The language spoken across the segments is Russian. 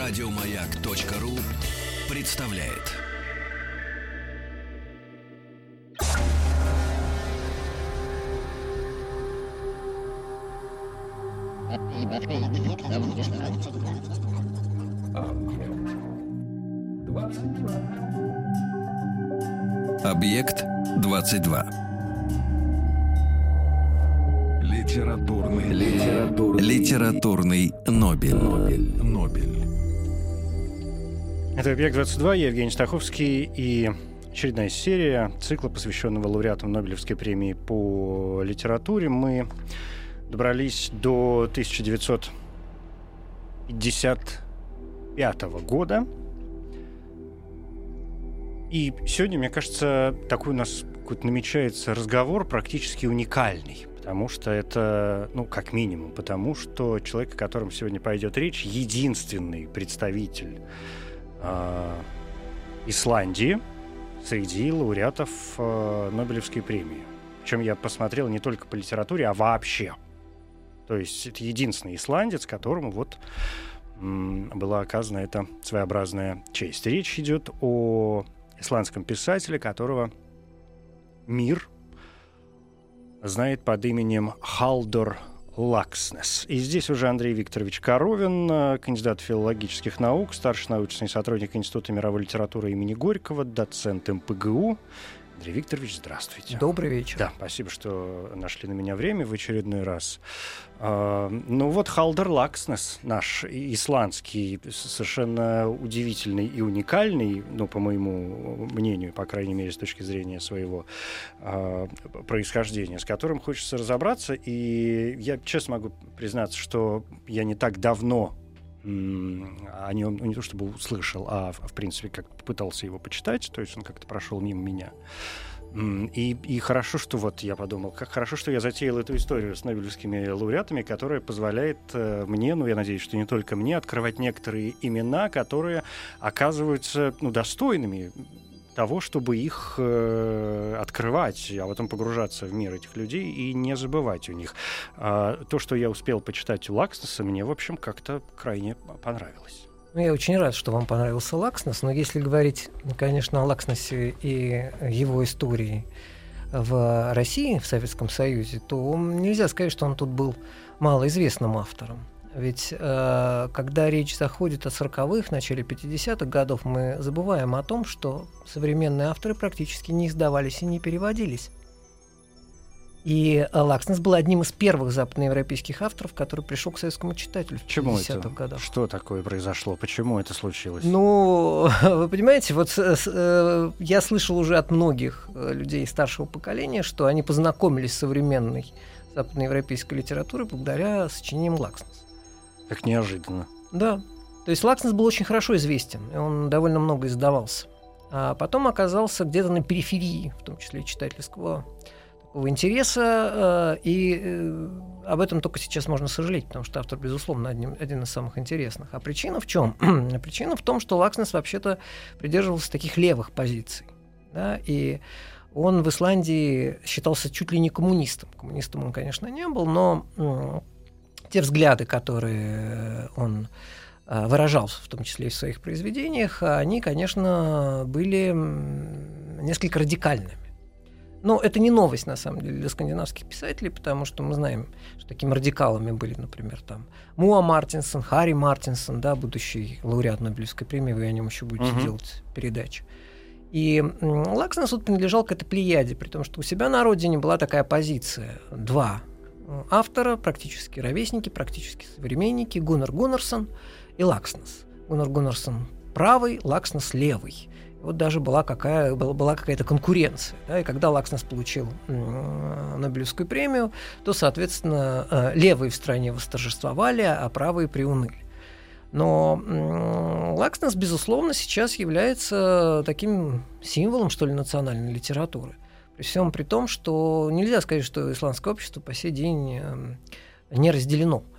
Радиомаяк.ру представляет. Объект 22. Литературный Нобель. Это «Объект 22», я Евгений Стаховский, и очередная серия цикла, посвященного лауреатам Нобелевской премии по литературе. Мы добрались до 1955 года. И сегодня, мне кажется, такой у нас какой-то намечается разговор практически уникальный. Потому что это, как минимум, потому что человек, о котором сегодня пойдет речь, единственный представитель Исландии среди лауреатов Нобелевской премии. Причем я посмотрел не только по литературе, а вообще. То есть это единственный исландец, которому была оказана эта своеобразная честь. Речь идет о исландском писателе, которого мир знает под именем Халдор Лакснес. И здесь уже Андрей Викторович Коровин, кандидат филологических наук, старший научный сотрудник Института мировой литературы имени Горького, доцент МПГУ. Андрей Викторович, здравствуйте. Добрый вечер. Да, спасибо, что нашли на меня время в очередной раз. Халдор Лакснес, наш исландский, совершенно удивительный и уникальный, по моему мнению, по крайней мере, с точки зрения своего происхождения, с которым хочется разобраться. И я честно могу признаться, что я не так давно о нем, не то чтобы услышал, а в принципе как-то попытался его почитать, то есть он как-то прошел мимо меня. И хорошо, что я подумал, как хорошо, что я затеял эту историю с нобелевскими лауреатами, которая позволяет мне, я надеюсь, что не только мне, открывать некоторые имена, которые оказываются достойными того, чтобы их открывать, а потом погружаться в мир этих людей и не забывать у них. То, что я успел почитать у Лакснеса, мне, в общем, как-то крайне понравилось. Я очень рад, что вам понравился Лакснес, но если говорить, конечно, о Лакснесе и его истории в России, в Советском Союзе, то нельзя сказать, что он тут был малоизвестным автором. Ведь когда речь заходит о 40-х, начале 50-х годов, мы забываем о том, что современные авторы практически не издавались и не переводились. И Лакснес был одним из первых западноевропейских авторов, который пришел к советскому читателю в 50-х годах. Что такое произошло? Почему это случилось? Вы понимаете, я слышал уже от многих людей старшего поколения, что они познакомились с современной западноевропейской литературой благодаря сочинениям Лакснеса. Как неожиданно. Да. То есть Лакснес был очень хорошо известен, и он довольно много издавался. А потом оказался где-то на периферии, в том числе и читательского такого интереса, и об этом только сейчас можно сожалеть, потому что автор, безусловно, один из самых интересных. А причина в чем? Причина в том, что Лакснес вообще-то придерживался таких левых позиций. Да? И он в Исландии считался чуть ли не коммунистом. Коммунистом он, конечно, не был, но те взгляды, которые он выражал, в том числе и в своих произведениях, они, конечно, были несколько радикальными. Но это не новость, на самом деле, для скандинавских писателей, потому что мы знаем, что такими радикалами были, например, Муа Мартинсон, Харри Мартинсон, будущий лауреат Нобелевской премии, вы о нем еще будете делать передачи. И Лакснес принадлежал к этой плеяде, при том, что у себя на родине была такая позиция. Два автора, практически ровесники, практически современники, Гуннар Гуннарсон и Лакснес. Гуннар Гуннарсон правый, Лакснес левый. И даже была какая-то конкуренция. Да? И когда Лакснес получил Нобелевскую премию, то, соответственно, левые в стране восторжествовали, а правые приуныли. Но Лакснес, безусловно, сейчас является таким символом, что ли, национальной литературы. При всем при том, что нельзя сказать, что исландское общество по сей день не разделено,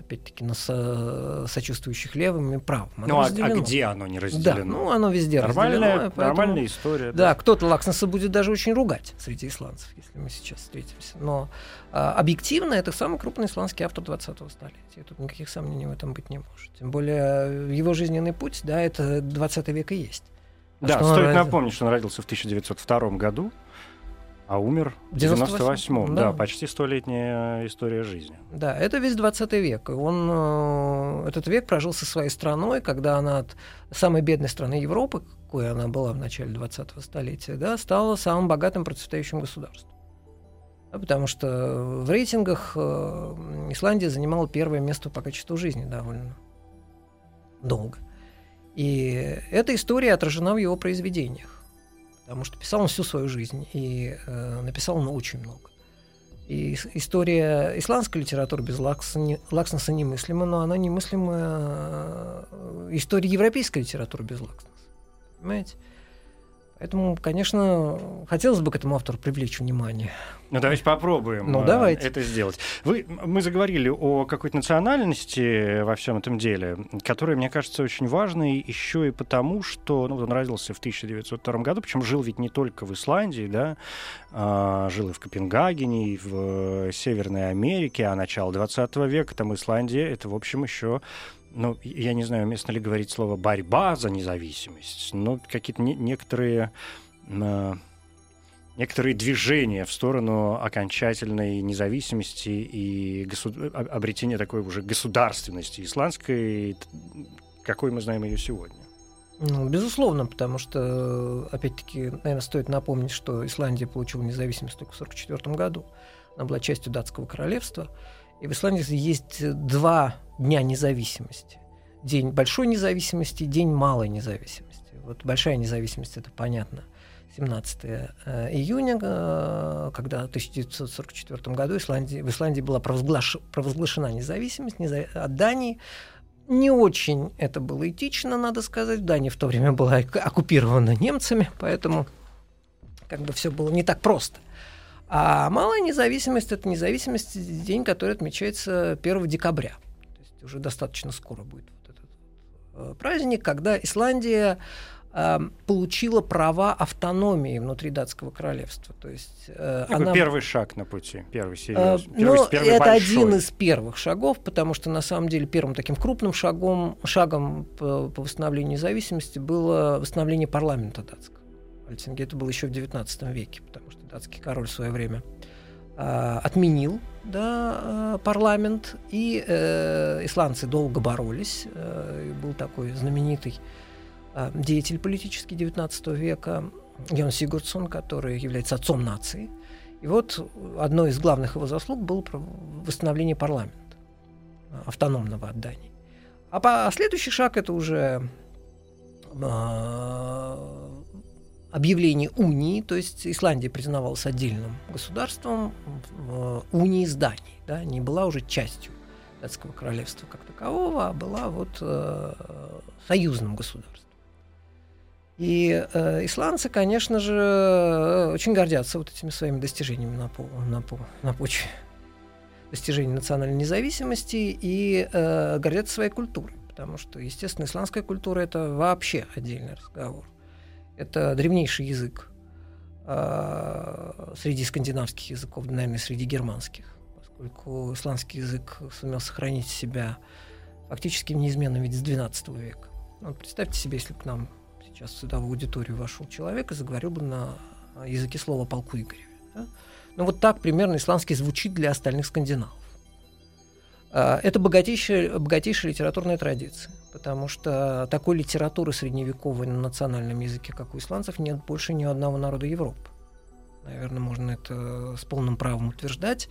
опять-таки, на сочувствующих левым и правым. Ну, а где оно не разделено? Да, ну, оно везде разделено. Нормальная история. Да, кто-то Лакснеса будет даже очень ругать среди исландцев, если мы сейчас встретимся. Но объективно это самый крупный исландский автор 20-го столетия. Тут никаких сомнений в этом быть не может. Тем более его жизненный путь, да, это 20 век и есть. Да, стоит напомнить, что он родился в 1902 году, а умер в 98-м. Да, почти 100-летняя история жизни. Да, это весь 20 век. Он этот век прожил со своей страной, когда она от самой бедной страны Европы, какой она была в начале 20-го столетия, да, стала самым богатым процветающим государством. Да, потому что в рейтингах Исландия занимала первое место по качеству жизни довольно долго. И эта история отражена в его произведениях. Потому что писал он всю свою жизнь, и написал он очень много. И история исландской литературы без Лакснеса немыслима, но она немыслима история европейской литературы без Лакснеса. Понимаете? Поэтому, конечно, хотелось бы к этому автору привлечь внимание. Ну, давайте попробуем это сделать. Мы заговорили о какой-то национальности во всем этом деле, которая, мне кажется, очень важной еще и потому, что он родился в 1902 году, причем жил ведь не только в Исландии, да, жил и в Копенгагене, и в Северной Америке, а начало 20 века, там Исландия, это, в общем, еще... Ну, я не знаю, уместно ли говорить слово «борьба за независимость», но какие-то некоторые движения в сторону окончательной независимости и обретения такой уже государственности исландской, какой мы знаем ее сегодня. Ну, безусловно, потому что, опять-таки, наверное, стоит напомнить, что Исландия получила независимость только в 1944 году. Она была частью датского королевства. И в Исландии есть 2 дня независимости. День большой независимости, день малой независимости. Вот большая независимость, это понятно, 17 июня, когда в 1944 году в Исландии была провозглашена независимость от Дании. Не очень это было этично, надо сказать. Дания в то время была оккупирована немцами, поэтому как бы все было не так просто. А малая независимость — это независимость, день, который отмечается 1 декабря. То есть уже достаточно скоро будет вот этот праздник, когда Исландия получила права автономии внутри датского королевства. То есть, первый шаг на пути, первый серьезный. Это большой. Один из первых шагов, потому что на самом деле первым таким крупным шагом по восстановлению независимости было восстановление парламента датского. Это было еще в XIX веке, потому что датский король в свое время отменил парламент, и исландцы долго боролись. Был такой знаменитый деятель политический XIX века Йон Сигурдсон, который является отцом нации. И вот одной из главных его заслуг было восстановление парламента, автономного от Дании. А следующий шаг — это уже объявление унии, то есть Исландия признавалась отдельным государством в унии с Данией, да, не была уже частью датского королевства как такового, а была союзным государством. И исландцы, конечно же, очень гордятся вот этими своими достижениями на почве достижения национальной независимости и гордятся своей культурой, потому что, естественно, исландская культура — это вообще отдельный разговор. Это древнейший язык среди скандинавских языков, наверное, среди германских, поскольку исландский язык сумел сохранить себя фактически в неизменном виде с XII века. Вот представьте себе, если бы к нам сейчас сюда в аудиторию вошел человек и заговорил бы на языке слова полку Игореве. Да? Ну вот так примерно исландский звучит для остальных скандинавов. Это богатейшая литературная традиция, потому что такой литературы средневековой на национальном языке, как у исландцев, нет больше ни у одного народа Европы. Наверное, можно это с полным правом утверждать,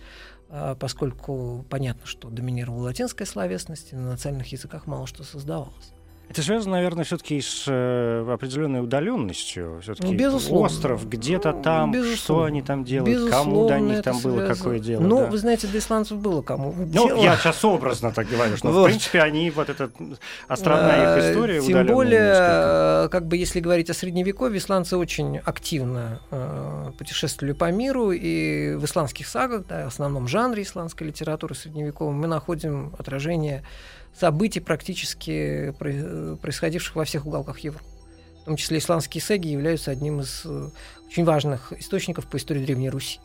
поскольку понятно, что доминировала латинская словесность, и на национальных языках мало что создавалось. Это связано, наверное, все-таки с определенной удаленностью. Все-таки безусловно. Остров где-то там, безусловно. что они там делают, Безусловно, кому до них там было связано. какое дело. Ну, да. вы знаете, до исландцев было кому. Ну, я сейчас образно так говорю, что, Вот. в принципе, они, вот эта островная их история Тем удаленная более, несколько. как бы, если говорить о Средневековье, исландцы очень активно путешествовали по миру, и в исландских сагах, да, в основном жанре исландской литературы средневековой, мы находим отражение событий, практически происходивших во всех уголках Европы. В том числе исландские саги являются одним из очень важных источников по истории Древней Руси.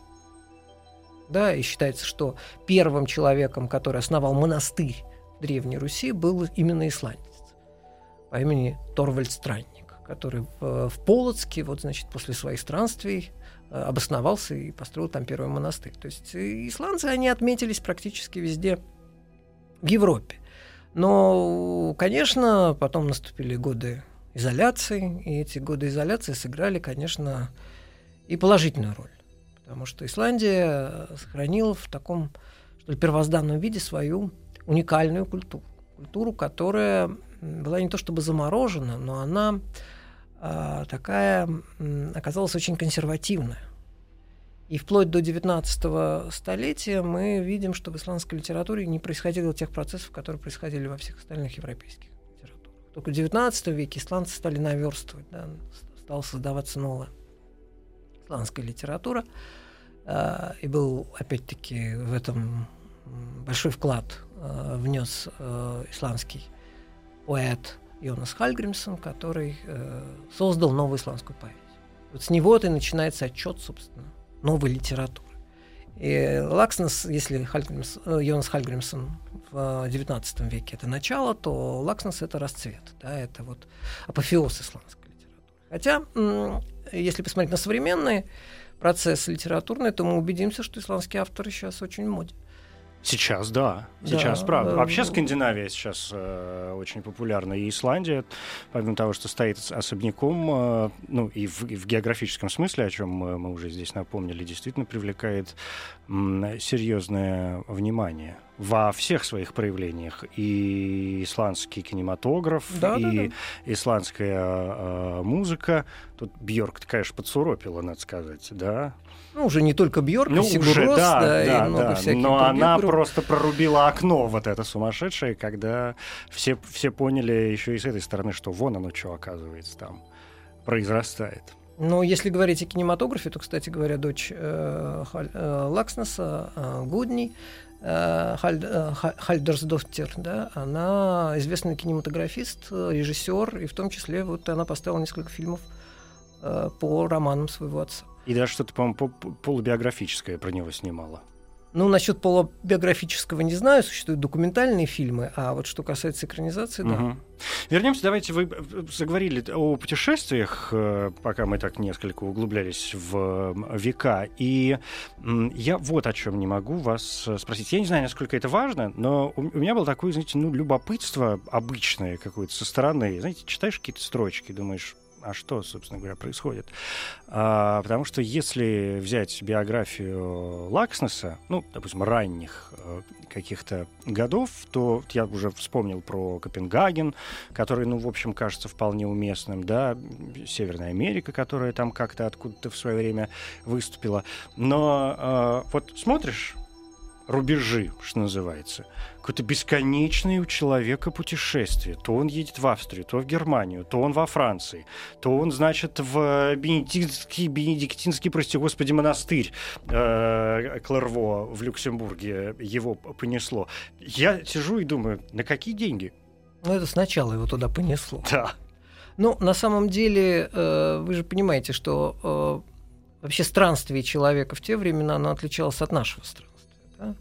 Да, и считается, что первым человеком, который основал монастырь в Древней Руси, был именно исландец по имени Торвальд Странник, который в Полоцке, вот, значит, после своих странствий обосновался и построил там первый монастырь. То есть исландцы, они отметились практически везде в Европе. Но, конечно, потом наступили годы изоляции, и эти годы изоляции сыграли, конечно, и положительную роль. Потому что Исландия сохранила в таком, что ли, первозданном виде свою уникальную культуру. Культуру, которая была не то чтобы заморожена, но она такая оказалась очень консервативная. И вплоть до 19 столетия мы видим, что в исландской литературе не происходило тех процессов, которые происходили во всех остальных европейских литературах. Только в 19 веке исландцы стали наверстывать, да, стала создаваться новая исландская литература. И был, опять-таки, в этом большой вклад внес исландский поэт Йонас Хальгримсон, который создал новую исландскую поэзию. Вот с него-то и начинается отчет, собственно, новой литературы. И Лакснес, если Йонас Хальгримсон в XIX веке это начало, то Лакснес это расцвет, да, это вот апофеоз исландской литературы. Хотя, если посмотреть на современный процесс литературный, то мы убедимся, что исландские авторы сейчас очень в моде. Сейчас, да. Сейчас, Да, правда. Вообще Скандинавия сейчас очень популярна. И Исландия, помимо того, что стоит особняком, ну и в географическом смысле, о чем мы уже здесь напомнили, действительно привлекает серьезное внимание во всех своих проявлениях. И исландский кинематограф, и исландская музыка. Тут Бьорк, конечно, подсуропила, надо сказать, да? Ну, уже не только Бьорк, ну, Сигур Рос, да, и много всяких но других она групп. просто прорубила окно вот это сумасшедшее, когда все поняли еще и с этой стороны, что вон оно что, оказывается, там произрастает. Но если говорить о кинематографе, то, кстати говоря, дочь Лакснеса, Гудни, Хальдерсдоттир, да, она известный кинематографист, режиссер, и в том числе вот она поставила несколько фильмов по романам своего отца. И даже что-то, по-моему, полубиографическое про него снимала. Ну, насчет полубиографического не знаю, существуют документальные фильмы, а вот что касается экранизации, да. Вернемся, давайте, вы заговорили о путешествиях, пока мы так несколько углублялись в века, и я вот о чем не могу вас спросить. Я не знаю, насколько это важно, но у меня было такое, знаете, любопытство обычное какое-то со стороны. Знаете, читаешь какие-то строчки, думаешь, а что, собственно говоря, происходит? Потому что если взять биографию Лакснеса, ну, допустим, ранних каких-то годов, то я уже вспомнил про Копенгаген, который, ну, в общем, кажется вполне уместным, да, Северная Америка, которая там как-то откуда-то в свое время выступила. Но вот смотришь рубежи, что называется, какое-то бесконечное у человека путешествие. То он едет в Австрию, то в Германию, то он во Франции, то он, значит, в Бенедиктинский, прости господи, монастырь Клерво в Люксембурге его понесло. Я сижу и думаю, на какие деньги? Ну, это сначала его туда понесло. Да. Ну, на самом деле, вы же понимаете, что вообще странствие человека в те времена, оно отличалось от нашего странствия. Да?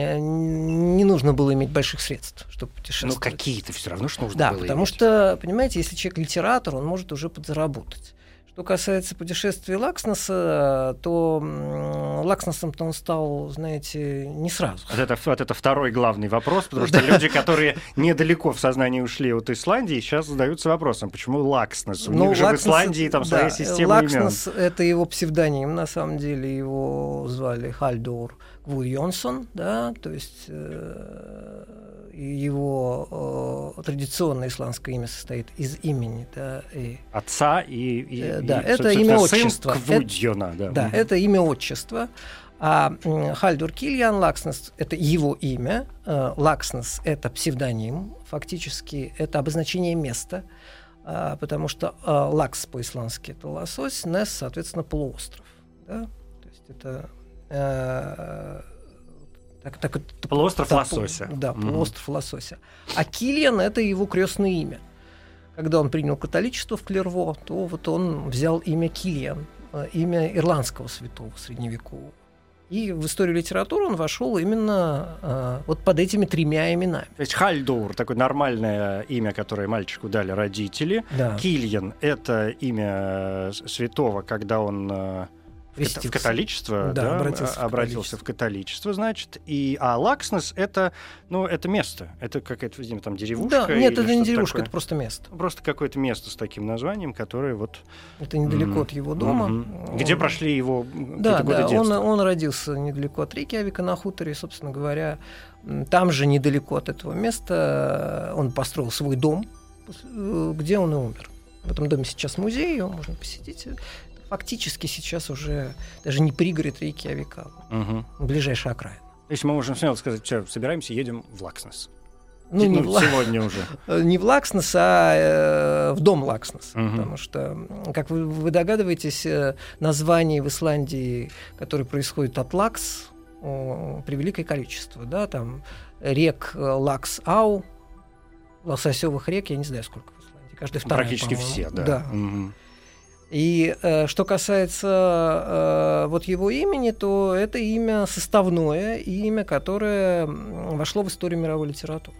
Не нужно было иметь больших средств, чтобы путешествовать. Ну, какие-то все равно, что нужно да, было потому иметь. что, понимаете, если человек литератор, он может уже подзаработать. Что касается путешествий Лакснеса, то Лакснесом-то он стал, знаете, не сразу. Вот это второй главный вопрос, потому что люди, которые недалеко в сознании ушли от Исландии, сейчас задаются вопросом, почему Лакснес? У них же в Исландии там своя система имен. Лакснес — это его псевдоним, на самом деле его звали Хальдор Гвудьонсон, да, то есть его традиционное исландское имя состоит из имени, да, отца и это имя отчества. Да, это имя отчества. А Хальдур Кильян Лакснес — это его имя. Лакснес — это псевдоним. Фактически это обозначение места, потому что Лакс по-исландски — это лосось, Нес, соответственно, полуостров. Да? То есть это... полуостров лосося. Да, полуостров лосося. А Кильян — это его крестное имя. Когда он принял католичество в Клерво, то вот он взял имя Кильян, имя ирландского святого средневекового. И в историю литературы он вошел именно вот под этими 3 именами. То есть Хальдур — такое нормальное имя, которое мальчику дали родители. Да. Кильян — это имя святого, когда он в католичество, обратился в католичество, значит. А Лакснес — это место. Это какая-то, видимо, там деревушка. Да, нет, это не деревушка, такое. Это просто место. Просто какое-то место с таким названием, которое вот... Это недалеко от его дома. Где прошли его годы детства. Он родился недалеко от Рейкьявика на хуторе, собственно говоря. Там же недалеко от этого места он построил свой дом, где он и умер. В этом доме сейчас музей, его можно посетить. Фактически сейчас уже даже не пригород Рейкьявика, ближайшая окраина. То есть мы можем смело сказать, все, собираемся, едем в Лакснес. Сегодня уже. Не в Лакснес, а в дом Лакснес. Потому что, как вы догадываетесь, названий в Исландии, которые происходят от Лакс, превеликое количество. Да? Там рек Лакс-Ау, лососевых рек, я не знаю, сколько в Исландии. Каждый второй, практически все, да. И что касается вот его имени, то это имя составное, имя, которое вошло в историю мировой литературы.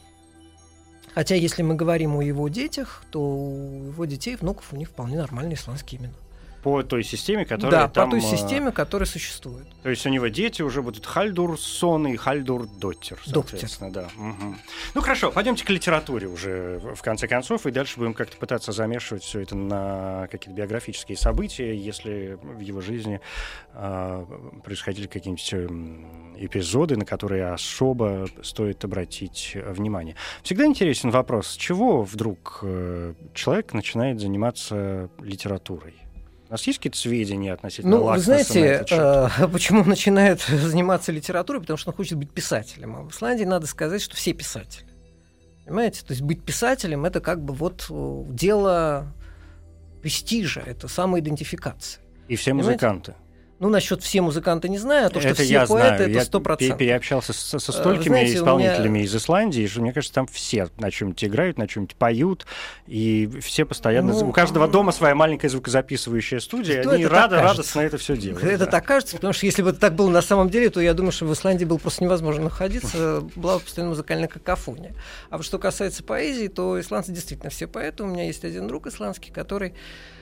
Хотя, если мы говорим о его детях, то у его детей, внуков, у них вполне нормальные исландские имена. По той системе, которая там... Да, по той системе, которая существует. То есть у него дети уже будут Хальдур Сон и Хальдур Доттер, соответственно. Да. Ну хорошо, пойдемте к литературе уже в конце концов, и дальше будем как-то пытаться замешивать все это на какие-то биографические события, если в его жизни происходили какие-нибудь эпизоды, на которые особо стоит обратить внимание. Всегда интересен вопрос, с чего вдруг человек начинает заниматься литературой? У нас есть какие-то сведения относительно Лакснеса? Вы знаете, почему он начинает заниматься литературой? Потому что он хочет быть писателем. А в Исландии надо сказать, что все писатели. Понимаете? То есть быть писателем — это как бы вот дело престижа, это самоидентификация. И все музыканты. Ну, насчет все музыканты не знаю, а то, что это все поэты, это 100%. Я переобщался со столькими исполнителями из Исландии, что, мне кажется, там все на чем-нибудь играют, на чем-нибудь поют, и все постоянно... у каждого дома своя маленькая звукозаписывающая студия, они радостно это все делают. Это так кажется, потому что если бы это так было на самом деле, то я думаю, что в Исландии было просто невозможно находиться, была бы постоянно музыкальная какофония. А вот что касается поэзии, то исландцы действительно все поэты. У меня есть один друг исландский, который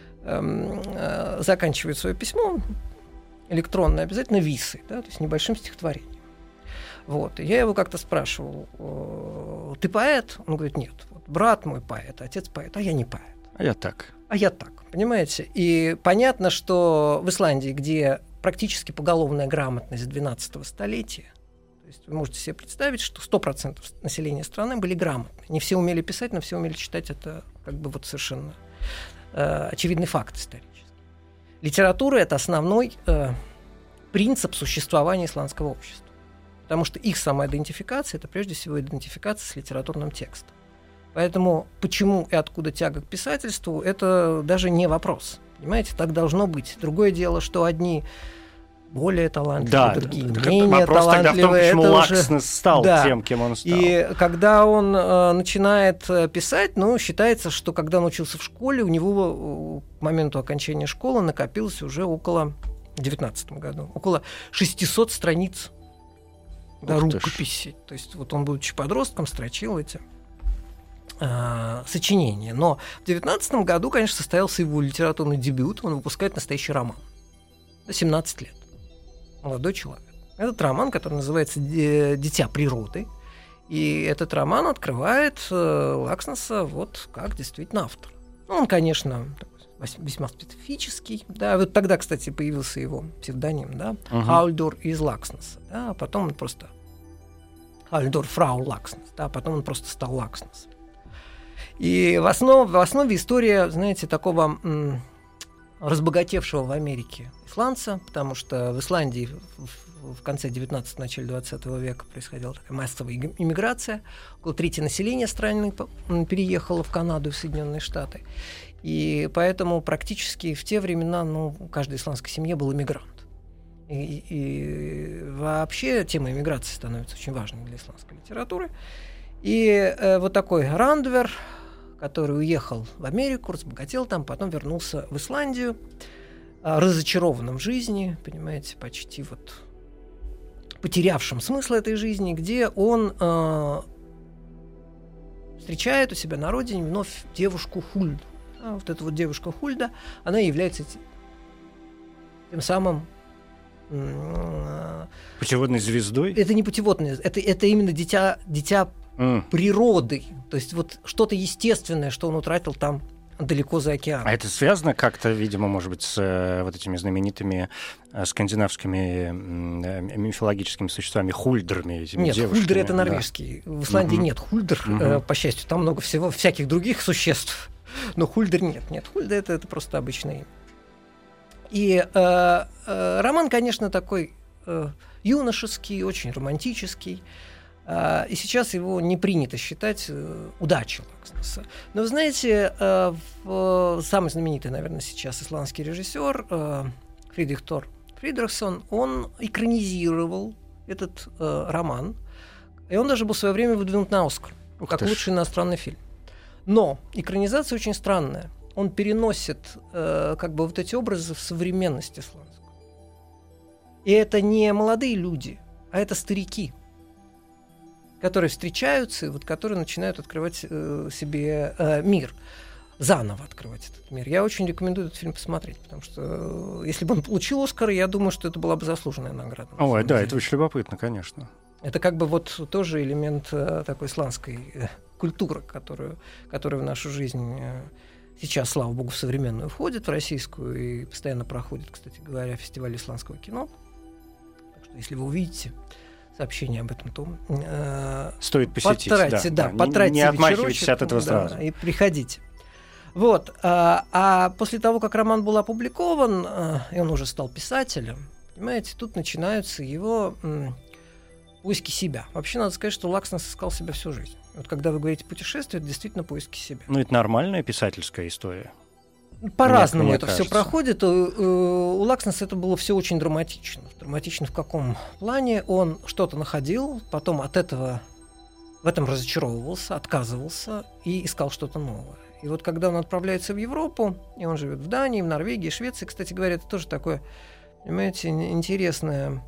заканчивает свое письмо электронное, обязательно висы, да, то есть небольшим стихотворением. Вот. И я его как-то спрашивал: ты поэт? Он говорит: нет. Вот брат мой поэт, отец поэт, а я не поэт. А я так. Понимаете? И понятно, что в Исландии, где практически поголовная грамотность 12 столетия, то есть вы можете себе представить, что 100% населения страны были грамотны. Не все умели писать, но все умели читать. Это как бы вот совершенно очевидный факт исторический. Литература — это основной принцип существования исландского общества. Потому что их самоидентификация — это прежде всего идентификация с литературным текстом. Поэтому почему и откуда тяга к писательству — это даже не вопрос. Понимаете, так должно быть. Другое дело, что одни более талантливые, другие менее вопрос талантливые. Тогда в том, почему Лакснес стал тем, кем он стал. И когда он начинает писать, считается, что когда он учился в школе, у него к моменту окончания школы накопилось уже в 19 году, около 600 страниц рукописей. То есть вот он, будучи подростком, строчил эти сочинения. Но в 19 году, конечно, состоялся его литературный дебют. Он выпускает настоящий роман. 17 лет. Молодой человек. Этот роман, который называется «Дитя природы». И этот роман открывает Лакснеса вот как действительно автор. Он, конечно, весьма специфический. Да, вот тогда, кстати, появился его псевдоним, да, Хальдур из Лакснеса. Да, а потом он просто Хальдор фрау Лакснес, да, потом он просто стал Лакснес. И в основе история, знаете, такого разбогатевшего в Америке исландца, потому что в Исландии в конце 19-го, начале 20 века происходила такая массовая иммиграция. Около трети населения страны переехало в Канаду и в Соединенные Штаты. И поэтому практически в те времена у каждой исландской семье был иммигрант. И вообще тема иммиграции становится очень важной для исландской литературы. И вот такой Рандвер, который уехал в Америку, разбогател там, потом вернулся в Исландию, разочарованным в жизни, понимаете, почти вот потерявшим смысл этой жизни, где он встречает у себя на родине вновь девушку Хульду. А вот эта вот девушка Хульда, она является тем самым путеводной звездой? Это не путеводная, это именно дитя природы. То есть вот что-то естественное, что он утратил там далеко за океаном. А это связано как-то, видимо, может быть, с вот этими знаменитыми скандинавскими мифологическими существами, хульдрами? Нет, хульдр — это норвежский. Да. В Исландии нет хульдр, по счастью. Там много всего, всяких других существ. Но хульдр нет. Нет, хульдр — это просто обычное имя. И роман, конечно, такой юношеский, очень романтический. И сейчас его не принято считать удачей Лакснеса. Но вы знаете, самый знаменитый, наверное, сейчас исландский режиссер Фридрих Тор Фридрихсон, он экранизировал этот роман, и он даже был в свое время выдвинут на Оскар как лучший иностранный фильм. Но экранизация очень странная. Он переносит как бы вот эти образы в современность исландскую. И это не молодые люди, а это старики, которые встречаются, и вот которые начинают открывать себе мир, заново открывать этот мир. Я очень рекомендую этот фильм посмотреть, потому что если бы он получил Оскар, я думаю, что это была бы заслуженная награда. Ой, да, это очень любопытно, конечно. Это как бы вот тоже элемент такой исландской культуры, которая в нашу жизнь сейчас, слава богу, в современную входит, в российскую, и постоянно проходит, кстати говоря, фестиваль исландского кино. Так что если вы увидите сообщение об этом, то стоит посетить. Потратьте не отмахивайтесь от этого сразу. И приходите. Вот. А после того, как роман был опубликован, и он уже стал писателем, понимаете, тут начинаются его поиски себя. Вообще, надо сказать, что Лакснес искал себя всю жизнь. Вот когда вы говорите путешествие, это действительно поиски себя. Ну, это нормальная писательская история. По-разному это все проходит. У Лакснеса это было все очень драматично. Драматично в каком плане? Он что-то находил, потом от этого в этом разочаровывался, отказывался и искал что-то новое. И вот когда он отправляется в Европу, и он живет в Дании, в Норвегии, Швеции, кстати говоря, это тоже такое, понимаете, интересная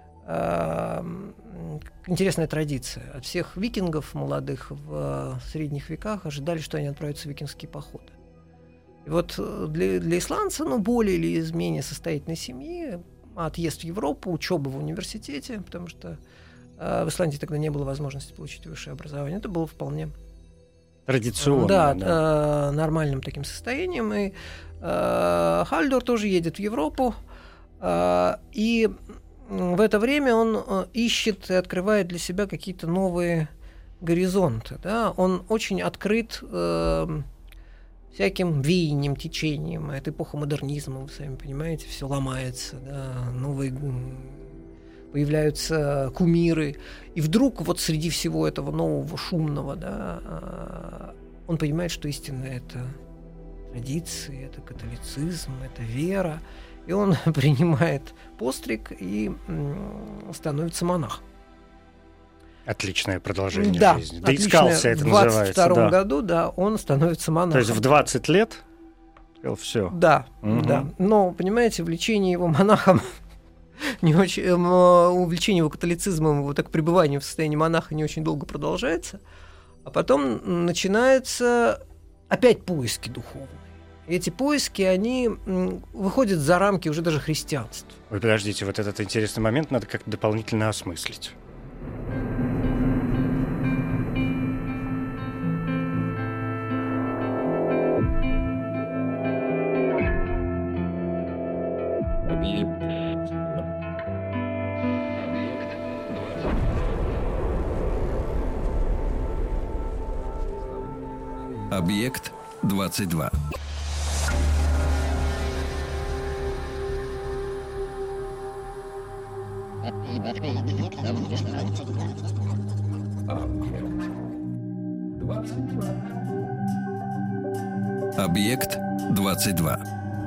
традиция. От всех викингов молодых в средних веках ожидали, что они отправятся в викингские походы. И вот для исландца, более или менее состоятельной семьи, отъезд в Европу, учеба в университете, потому что в Исландии тогда не было возможности получить высшее образование, это было вполне традиционно, нормальным таким состоянием. И Хальдор тоже едет в Европу, и в это время он ищет и открывает для себя какие-то новые горизонты. Да? Он очень открыт всяким веянием, течением. Это эпоха модернизма, вы сами понимаете, все ломается, да? Новые появляются кумиры. И вдруг вот среди всего этого нового, шумного, да, он понимает, что истинно это традиции, это католицизм, это вера. И он принимает постриг и становится монахом. Отличное продолжение жизни. Доискался, это называется. В 22 году, он становится монахом. То есть в 20 лет все. Да. Но, понимаете, влечение его монахом не очень, увлечение его католицизмом, его так пребывание в состоянии монаха не очень долго продолжается, а потом начинаются опять поиски духовные. И эти поиски, они выходят за рамки уже даже христианства. Вы подождите, вот этот интересный момент надо как-то дополнительно осмыслить. Объект 22. Объект 22.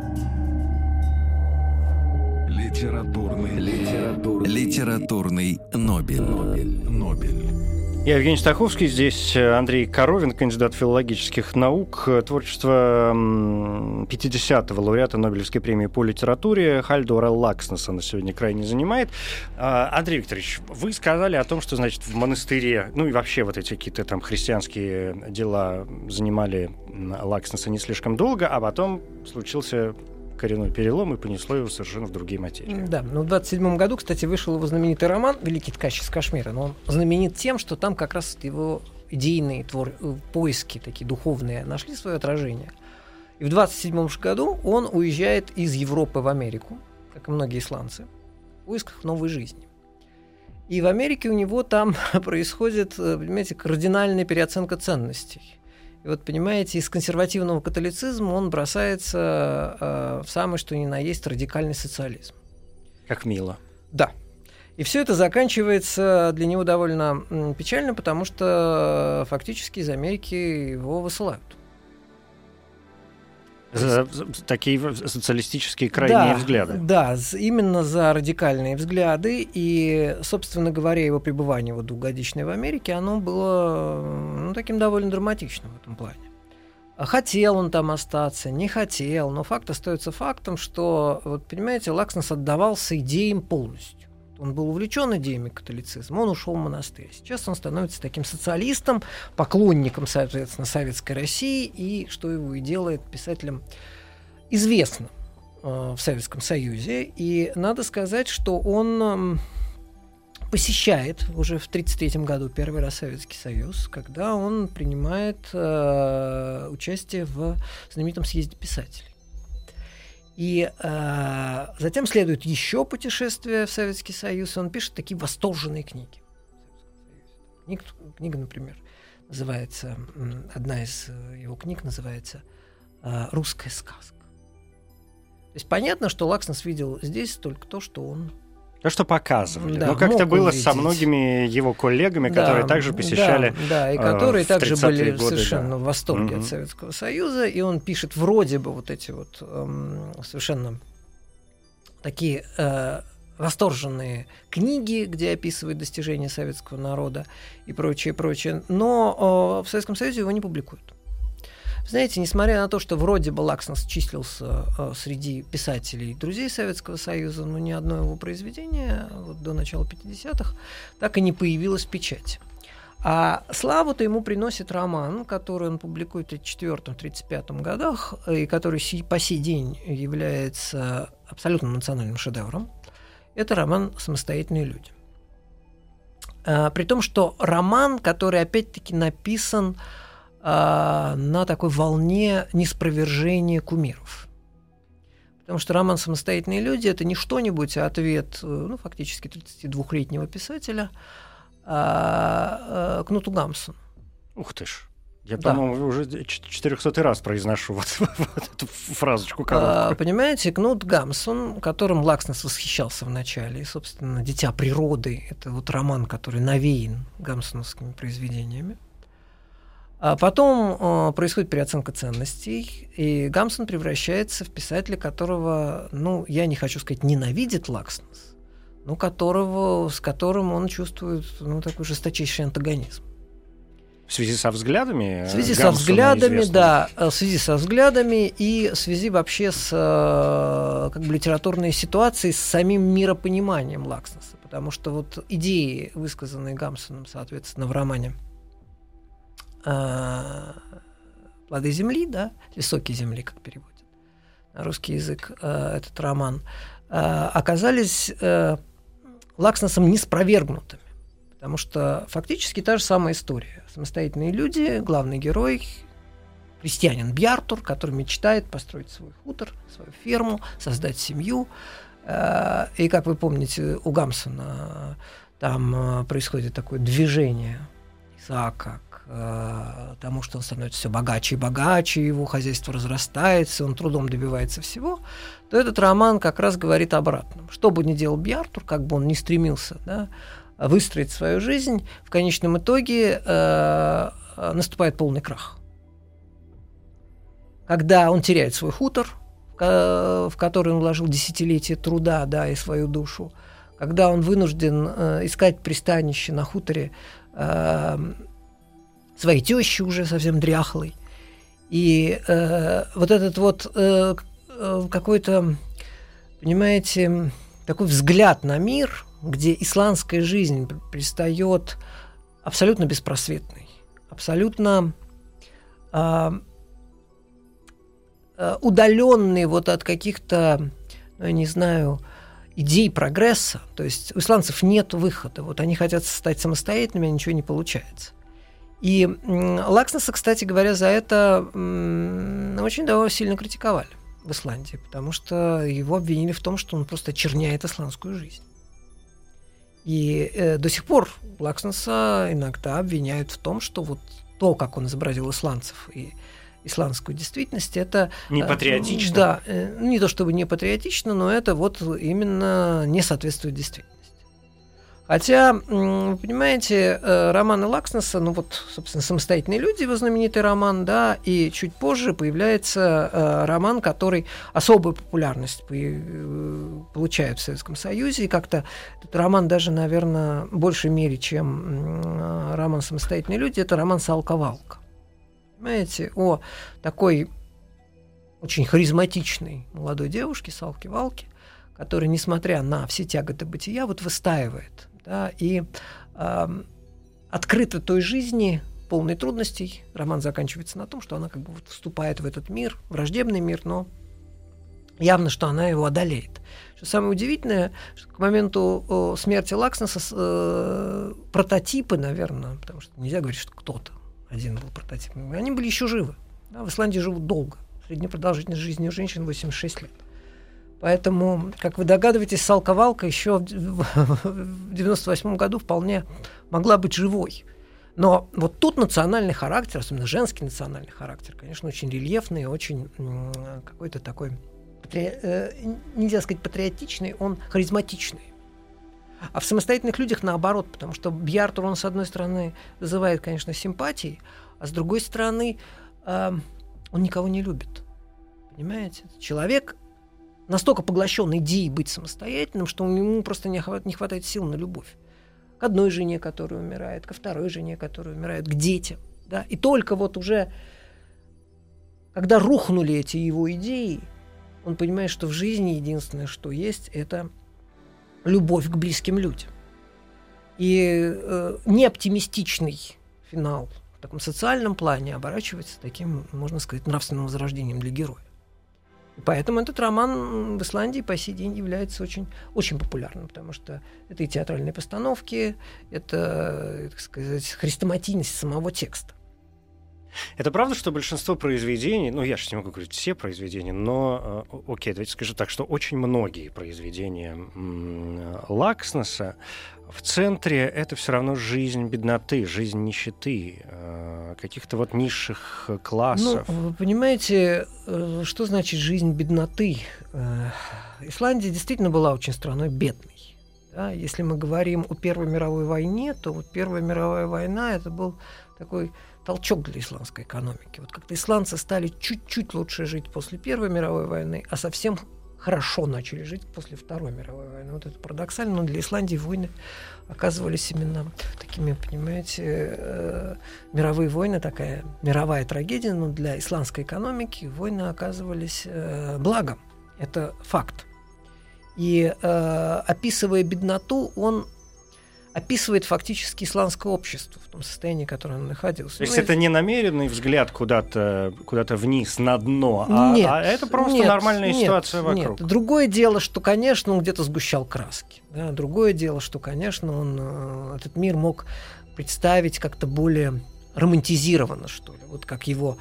Литературный Нобель. Я Евгений Стаховский, здесь Андрей Коровин, кандидат филологических наук. Творчество 50-го лауреата Нобелевской премии по литературе Хальдора Лакснеса на сегодня крайне занимает. Андрей Викторович, вы сказали о том, что, значит, в монастыре, ну и вообще вот эти какие-то там христианские дела занимали Лакснеса не слишком долго, а потом случился коренной перелом и понесло его совершенно в другие материи. Да, но в 27 году, кстати, вышел его знаменитый роман «Великий ткач из Кашмира». Но он знаменит тем, что там как раз его идейные поиски, такие духовные, нашли свое отражение. И в 27 году он уезжает из Европы в Америку, как и многие исландцы, в поисках новой жизни. И в Америке у него там происходит, понимаете, кардинальная переоценка ценностей. И вот, понимаете, из консервативного католицизма он бросается в самый что ни на есть радикальный социализм. Как мило. Да. И все это заканчивается для него довольно печально, потому что фактически из Америки его высылают. За такие социалистические крайние взгляды. Да, именно за радикальные взгляды. И, собственно говоря, его пребывание вот двухгодичное в Америке, оно было таким довольно драматичным в этом плане. Хотел он там остаться, не хотел, но факт остается фактом, что, вот, понимаете, Лакснес отдавался идеям полностью. Он был увлечен идеями католицизма, он ушел в монастырь. Сейчас он становится таким социалистом, поклонником, соответственно, Советской России, и что его и делает писателем известным в Советском Союзе. И надо сказать, что он посещает уже в 1933 году первый раз Советский Союз, когда он принимает участие в знаменитом съезде писателей. И затем следует еще путешествие в Советский Союз, и он пишет такие восторженные книги. Книга, например, называется, одна из его книг называется «Русская сказка». То есть понятно, что Лакснес видел здесь только то, что он... То, что показывали. Да, но как-то было увидеть со многими его коллегами, которые также посещали. Да, и которые также были совершенно в восторге от Советского Союза. И он пишет вроде бы вот эти вот совершенно такие восторженные книги, где описывает достижения советского народа и прочее, прочее. Но в Советском Союзе его не публикуют. Знаете, несмотря на то, что вроде бы Лакснес числился среди писателей друзей Советского Союза, но ни одно его произведение вот, до начала 50-х так и не появилось в печати. А славу-то ему приносит роман, который он публикует в 1934-1935 годах, и который по сей день является абсолютно национальным шедевром. Это роман «Самостоятельные люди». При том, что роман, который опять-таки написан на такой волне неспровержения кумиров. Потому что роман «Самостоятельные люди» — это не что-нибудь, а ответ, фактически 32-летнего писателя Кнуту Гамсуну. Ух ты ж. Я, по-моему, уже 400-й раз произношу вот эту фразочку короткую. Понимаете, Кнут Гамсун, которым Лакснес восхищался в начале, и, собственно, «Дитя природы» — это вот роман, который навеян гамсуновскими произведениями. А потом происходит переоценка ценностей, и Гамсун превращается в писателя, которого, я не хочу сказать, ненавидит Лакснес, но с которым он чувствует такой жесточайший антагонизм. В связи со взглядами? В связи со взглядами, да. В связи со взглядами и в связи вообще с литературной ситуацией, с самим миропониманием Лакснеса. Потому что вот идеи, высказанные Гамсуном, соответственно, в романе «Плоды земли», да, «Лесоки земли», как переводят на русский язык этот роман, оказались Лакснесом неспровергнутыми, потому что фактически та же самая история. Самостоятельные люди, главный герой — крестьянин Бьяртур, который мечтает построить свой хутор, свою ферму, создать семью. И, как вы помните, у Гамсуна там происходит такое движение Исаака к к тому, что он становится все богаче и богаче, его хозяйство разрастается, он трудом добивается всего, то этот роман как раз говорит обратном. Что бы ни делал Бьяртур, как бы он ни стремился, да, выстроить свою жизнь, в конечном итоге наступает полный крах. Когда он теряет свой хутор, в который он вложил десятилетия труда, да, и свою душу, когда он вынужден искать пристанище на хуторе своей тещи уже совсем дряхлой. И вот этот вот какой-то, понимаете, такой взгляд на мир, где исландская жизнь предстает абсолютно беспросветной, абсолютно удаленный вот от каких-то, ну, я не знаю, идей прогресса. То есть у исландцев нет выхода. Вот они хотят стать самостоятельными, а ничего не получается. И Лакснеса, кстати говоря, за это очень довольно сильно критиковали в Исландии, потому что его обвинили в том, что он просто очерняет исландскую жизнь. И до сих пор Лакснеса иногда обвиняют в том, что вот то, как он изобразил исландцев и исландскую действительность, это... Не патриотично? Да, не то чтобы не патриотично, но это вот именно не соответствует действительности. Хотя, вы понимаете, романы Лакснеса, ну вот, собственно, «Самостоятельные люди», его знаменитый роман, да, и чуть позже появляется роман, который особую популярность получает в Советском Союзе, и как-то этот роман даже, наверное, в большей мере, чем роман «Самостоятельные люди», это роман «Салка-Валка». Понимаете, о такой очень харизматичной молодой девушке, Салке-Валке, которая, несмотря на все тяготы бытия, вот выстаивает, да, и открыта той жизни, полной трудностей. Роман заканчивается на том, что она как бы вот вступает в этот мир, враждебный мир, но явно, что она его одолеет. Что самое удивительное, что к моменту смерти Лакснеса прототипы, наверное, потому что нельзя говорить, что кто-то один был прототипом, они были еще живы. Да, в Исландии живут долго. Средняя продолжительность жизни у женщин 86 лет. Поэтому, как вы догадываетесь, Салка-Валка еще в 1998 году вполне могла быть живой. Но вот тут национальный характер, особенно женский национальный характер, конечно, очень рельефный, очень какой-то такой, нельзя сказать патриотичный, он харизматичный. А в «Самостоятельных людях» наоборот, потому что Бьяртур, он, с одной стороны, вызывает, конечно, симпатии, а с другой стороны, он никого не любит. Понимаете? Человек настолько поглощен идеей быть самостоятельным, что ему просто не хватает сил на любовь. К одной жене, которая умирает, ко второй жене, которая умирает, к детям. Да? И только вот уже, когда рухнули эти его идеи, он понимает, что в жизни единственное, что есть, это любовь к близким людям. И неоптимистичный финал в таком социальном плане оборачивается таким, можно сказать, нравственным возрождением для героя. И поэтому этот роман в Исландии по сей день является очень, очень популярным, потому что это и театральные постановки, это, так сказать, хрестоматийность самого текста. Это правда, что большинство произведений, ну, я же не могу говорить все произведения, но, окей, давайте скажу так, что очень многие произведения Лакснеса в центре это все равно жизнь бедноты, жизнь нищеты, каких-то вот низших классов. Ну, вы понимаете, что значит жизнь бедноты? Исландия действительно была очень страной бедной. Да? Если мы говорим о Первой мировой войне, то вот Первая мировая война это был такой толчок для исландской экономики. Вот как-то исландцы стали чуть-чуть лучше жить после Первой мировой войны, а совсем хорошо начали жить после Второй мировой войны. Вот это парадоксально, но для Исландии войны оказывались именно такими, понимаете, мировые войны, такая мировая трагедия, но для исландской экономики войны оказывались благом. Это факт. И описывая бедноту, он описывает фактически исландское общество в том состоянии, в котором оно находилось. То есть это не намеренный взгляд куда-то вниз, на дно, а это просто нормальная ситуация вокруг. Нет. Другое дело, что, конечно, он где-то сгущал краски. Да? Другое дело, что, конечно, он этот мир мог представить как-то более романтизированно, что ли. Вот как его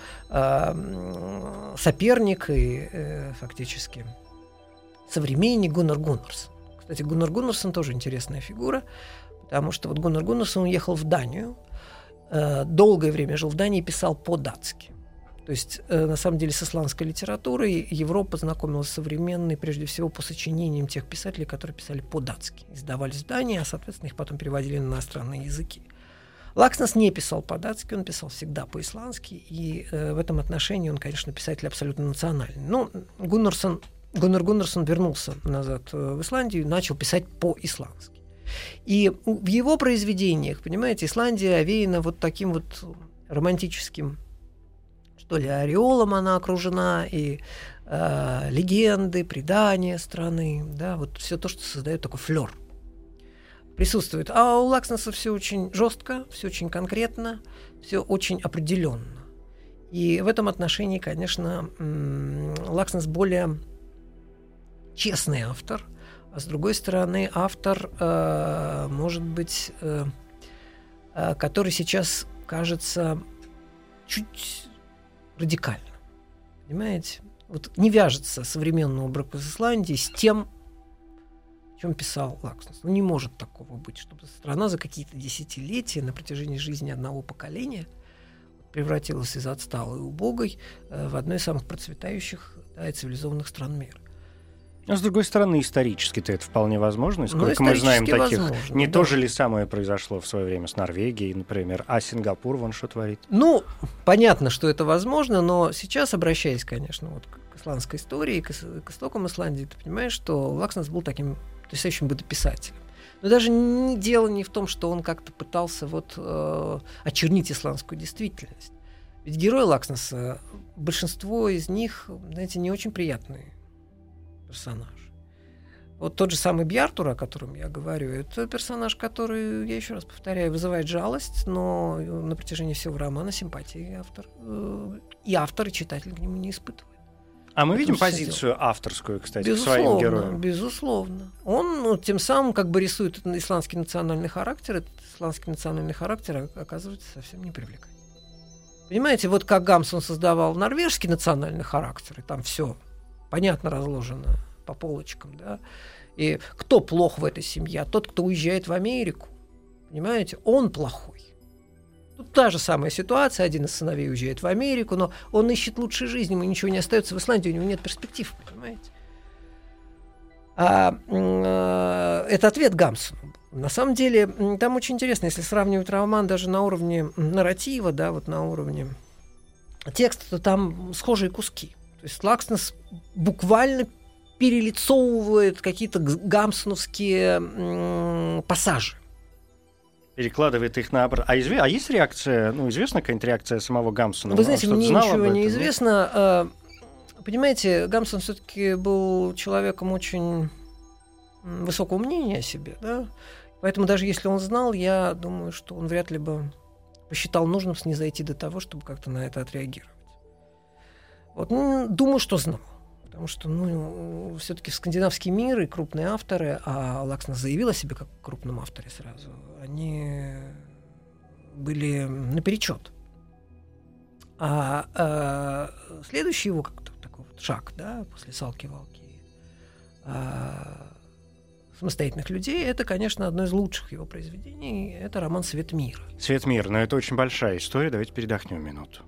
соперник и фактически современник Гуннар Гуннарсон. Кстати, Гуннар Гуннарсон тоже интересная фигура, потому что вот Гуннар Гуннарсон уехал в Данию, долгое время жил в Дании и писал по-датски. То есть, на самом деле, с исландской литературой Европа знакомилась с современной, прежде всего, по сочинениям тех писателей, которые писали по-датски. Издавались в Дании, а, соответственно, их потом переводили на иностранные языки. Лакснес не писал по-датски, он писал всегда по-исландски, и в этом отношении он, конечно, писатель абсолютно национальный. Но Гуннар Гуннарсон вернулся назад в Исландию и начал писать по-исландски. И в его произведениях, понимаете, Исландия овеяна вот таким вот романтическим, что ли, ореолом она окружена, и легенды, предания страны, да, вот все то, что создает такой флёр, присутствует. А у Лакснеса все очень жестко, все очень конкретно, все очень определенно. И в этом отношении, конечно, Лакснес более честный автор, а с другой стороны, автор, может быть, который сейчас кажется чуть радикально. Понимаете? Вот не вяжется современного брака с Исландией с тем, о чем писал Лакснес. Ну, не может такого быть, чтобы страна за какие-то десятилетия на протяжении жизни одного поколения превратилась из отсталой и убогой в одну из самых процветающих, да, и цивилизованных стран мира. А с другой стороны, исторически-то это вполне возможно. Сколько мы знаем таких. Возможно, не да. то же ли самое произошло в свое время с Норвегией, например, а Сингапур вон что творит? Ну, понятно, что это возможно, но сейчас, обращаясь, конечно, вот к исландской истории, к истокам Исландии, ты понимаешь, что Лакснес был таким потрясающим бытописателем. Но даже дело не в том, что он как-то пытался вот, очернить исландскую действительность. Ведь герои Лакснеса, большинство из них, знаете, не очень приятные персонаж. Вот тот же самый Бьяртур, о котором я говорю, это персонаж, который, я еще раз повторяю, вызывает жалость, но на протяжении всего романа симпатии автор, и читатель к нему не испытывает. А мы видим позицию авторскую, кстати, безусловно, к своим героям. Безусловно. Он тем самым как бы рисует этот исландский национальный характер. Этот исландский национальный характер оказывается совсем не привлекательным. Понимаете, вот как Гамсун создавал норвежский национальный характер, и там все понятно разложено по полочкам, да. И кто плох в этой семье? Тот, кто уезжает в Америку. Понимаете? Он плохой. Тут та же самая ситуация. Один из сыновей уезжает в Америку, но он ищет лучшей жизни, ему ничего не остается в Исландии, у него нет перспектив, понимаете? Это ответ Гамсуну. На самом деле, там очень интересно, если сравнивать роман даже на уровне нарратива, да, вот на уровне текста, то там схожие куски. То есть Лакснес буквально перелицовывает какие-то гамсуновские пассажи. Перекладывает их на... А есть реакция, известна какая-нибудь реакция самого Гамсуна? Вы знаете, мне ничего не известно. Понимаете, Гамсун все-таки был человеком очень высокого мнения о себе, да? Поэтому даже если он знал, я думаю, что он вряд ли бы посчитал нужным снизойти до того, чтобы как-то на это отреагировать. Вот, думаю, что знал. Потому что, все-таки скандинавский мир и крупные авторы, а Лакснес заявил о себе как крупном авторе сразу, они были наперечет. А следующий его как-то такой вот шаг, да, после «Салки-Валки», самостоятельных людей, это, конечно, одно из лучших его произведений. Это роман «Свет мира». «Свет мира», но это очень большая история. Давайте передохнем минуту.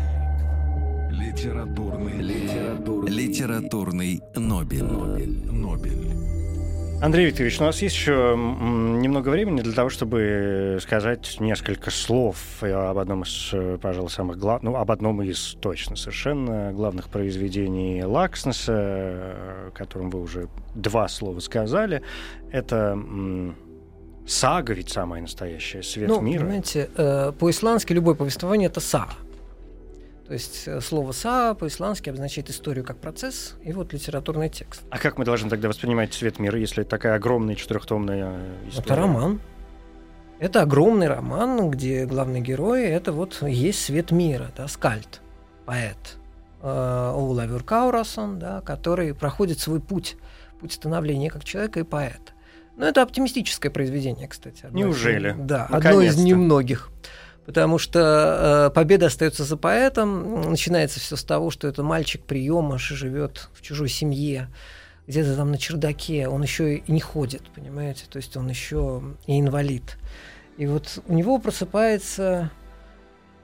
Литературный Нобель. Андрей Викторович, у нас есть еще немного времени для того, чтобы сказать несколько слов об одном из, пожалуй, самых главных, об одном из точно совершенно главных произведений Лакснеса, о котором вы уже 2 слова сказали. Это сага, ведь самая настоящая, «Свет мира». Понимаете, по-исландски любое повествование — это сага. То есть слово «са» по-исландски обозначает историю как процесс, и вот литературный текст. А как мы должны тогда воспринимать «Свет мира», если это такая огромная 4-томная история? Это роман. Это огромный роман, где главный герой — это вот есть свет мира, да, скальд, поэт Олавур Каурассон, да, который проходит свой путь становления как человека и поэта. Но это оптимистическое произведение, кстати. Неужели? Да, одно из немногих. Потому что победа остается за поэтом. Начинается все с того, что это мальчик-приемыш живет в чужой семье, где-то там на чердаке. Он еще и не ходит, понимаете? То есть он еще и инвалид. И вот у него просыпается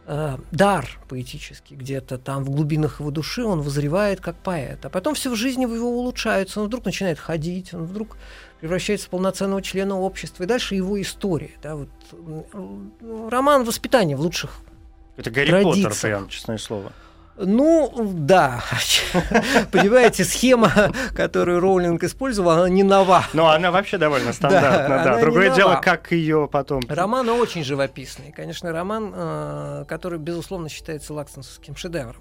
дар поэтический где-то там в глубинах его души, он вызревает как поэт. А потом все в жизни его улучшается, он вдруг начинает ходить, он вдруг превращается в полноценного члена общества. И дальше его история. Да, вот, роман воспитания в лучших Это Гарри традициях. Поттер, прям, честное слово. Ну, да. Понимаете, схема, которую Роулинг использовала, она не нова. Но она вообще довольно стандартна, да. она Другое не дело, нова. как ее потом... Роман очень живописный. Конечно, роман, который, безусловно, считается лакстонским шедевром.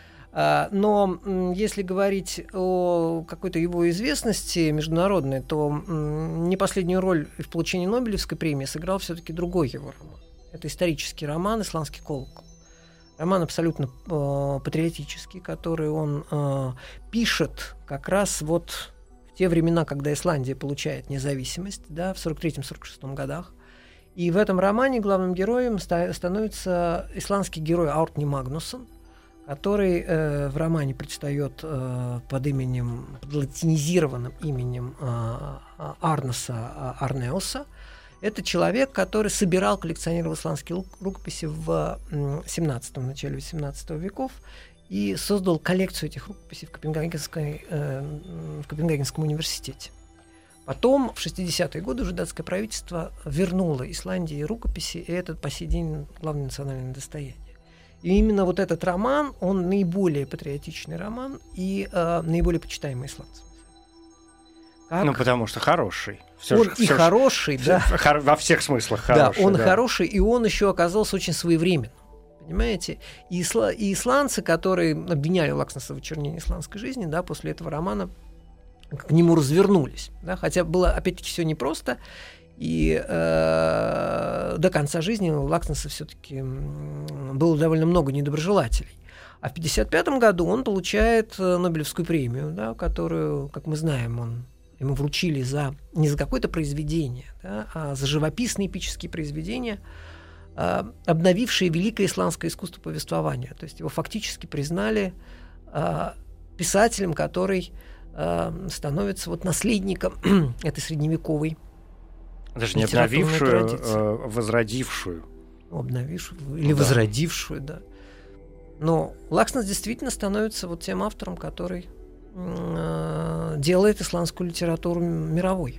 Но если говорить о какой-то его известности международной, то не последнюю роль в получении Нобелевской премии сыграл все-таки другой его роман. Это исторический роман «Исландский колокол». Роман абсолютно патриотический, который он пишет как раз вот в те времена, когда Исландия получает независимость, да, в 43-46 годах. И в этом романе главным героем становится исландский герой Ауртни Магнуссон, который в романе предстает под латинизированным именем Арноса Арнеуса. Это человек, который собирал, коллекционировал исландские рукописи в 17-м, начале 18 веков и создал коллекцию этих рукописей в Копенгагенском университете. Потом, в 60-е годы, уже датское правительство вернуло Исландии рукописи, и это по сей день главное национальное достояние. И именно вот этот роман, он наиболее патриотичный роман и наиболее почитаемый исландцами. Ну, потому что хороший. Хороший, да. Во всех смыслах хороший. Да, он хороший, и он еще оказался очень своевременным. Понимаете? И исландцы, которые обвиняли Лакснеса в очернении исландской жизни, да, после этого романа к нему развернулись. Да, хотя было, опять-таки, все непросто. И до конца жизни у Лакснеса все-таки было довольно много недоброжелателей. А в 1955 году он получает Нобелевскую премию, да, которую, как мы знаем, ему вручили не за какое-то произведение, да, а за живописные эпические произведения, обновившие великое исландское искусство повествования. То есть его фактически признали писателем, который становится вот наследником этой средневековой. Даже не обновившую, возродившую. Обновившую или возродившую, да. Но Лакснес действительно становится вот тем автором, который делает исландскую литературу мировой.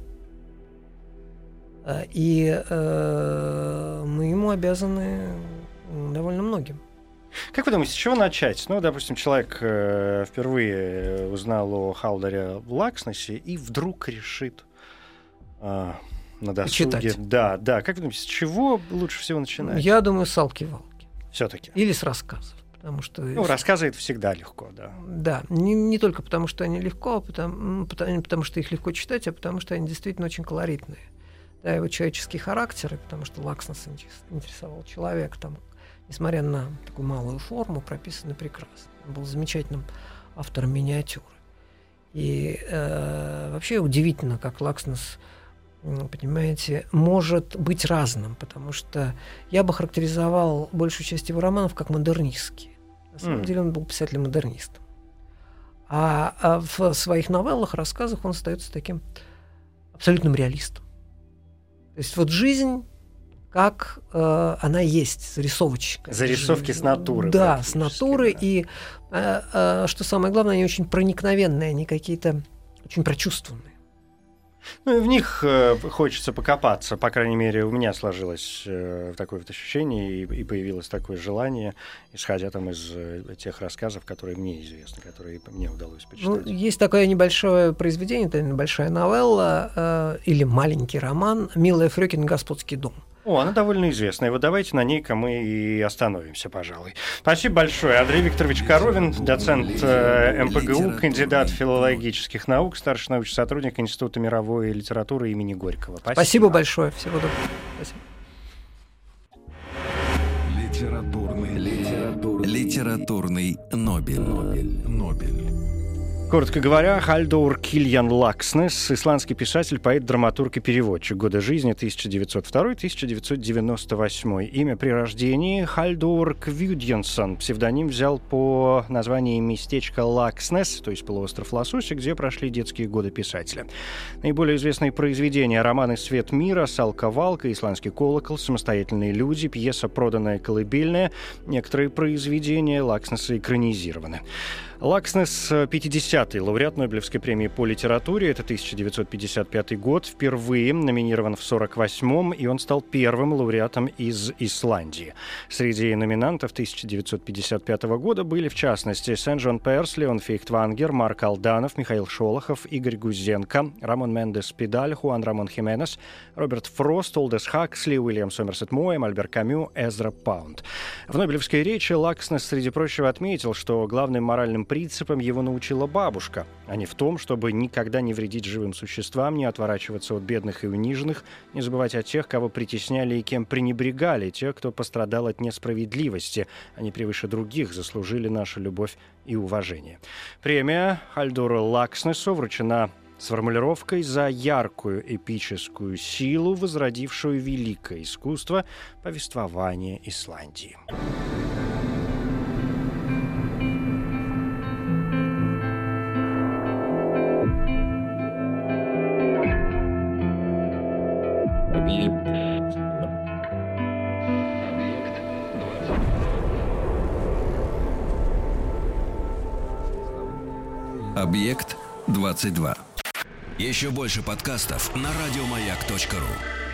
И мы ему обязаны довольно многим. Как вы думаете, с чего начать? Ну, допустим, человек впервые узнал о Халдаре Лакснесе и вдруг решит на досуге... Почитать. Да. Как вы думаете, с чего лучше всего начинать? Я думаю, с Алки-Валки. Все-таки. Или с рассказов. Потому что... рассказы — это всегда легко, да. Да, не только потому, что они легко, потому что их легко читать, а потому что они действительно очень колоритные. Да, его человеческие характеры, потому что Лакснес интересовал человек, там, несмотря на такую малую форму, прописаны прекрасно. Он был замечательным автором миниатюры. И вообще удивительно, как Лакснес, понимаете, может быть разным, потому что я бы характеризовал большую часть его романов как модернистские. На самом деле он был писателем-модернистом. А в своих новеллах, рассказах он остается таким абсолютным реалистом. То есть вот жизнь, как она есть, зарисовочка. Зарисовки с натуры. Да, с натуры. Да. И что самое главное, они очень проникновенные, они какие-то очень прочувствованные. Ну и в них хочется покопаться, по крайней мере, у меня сложилось такое вот ощущение и появилось такое желание, исходя там из тех рассказов, которые мне известны, которые мне удалось почитать. Ну, есть такое небольшое произведение, это небольшая новелла или маленький роман «Милая Фрёкин. Господский дом». Она довольно известная. Вот давайте на ней-ка мы и остановимся, пожалуй. Спасибо большое. Андрей Викторович Коровин, доцент МПГУ, кандидат филологических наук, старший научный сотрудник Института мировой литературы имени Горького. Спасибо большое. Всего доброго. Спасибо. Литературный Нобель. Коротко говоря, Хальдор Кильян Лакснес, исландский писатель, поэт, драматург и переводчик. Годы жизни 1902-1998. Имя при рождении Хальдор Квюдьянсон. Псевдоним взял по названию местечка Лакснес, то есть полуостров Лосося, где прошли детские годы писателя. Наиболее известные произведения: романы «Свет мира», «Салка-Валка», «Исландский колокол», «Самостоятельные люди», пьеса «Проданная колыбельная». Некоторые произведения Лакснеса экранизированы. Лакснес — 50-й лауреат Нобелевской премии по литературе. Это 1955 год. Впервые номинирован в 48-м, и он стал первым лауреатом из Исландии. Среди номинантов 1955 года были, в частности, Сен-Джон Перс, Леон Фейхтвангер, Марк Алданов, Михаил Шолохов, Игорь Гузенко, Рамон Мендес Педаль, Хуан Рамон Хименес, Роберт Фрост, Олдес Хаксли, Уильям Сомерсет Моэм, Альбер Камю, Эзра Паунд. В Нобелевской речи Лакснес, среди прочего, отметил, что главным моральным принципам его научила бабушка, а не в том, чтобы никогда не вредить живым существам, не отворачиваться от бедных и униженных, не забывать о тех, кого притесняли и кем пренебрегали, тех, кто пострадал от несправедливости. Они превыше других заслужили нашу любовь и уважение. Премия Хальдору Лакснесу вручена с формулировкой «за яркую эпическую силу, возродившую великое искусство повествования Исландии». Объект 22. Еще больше подкастов на радиомаяк.ру.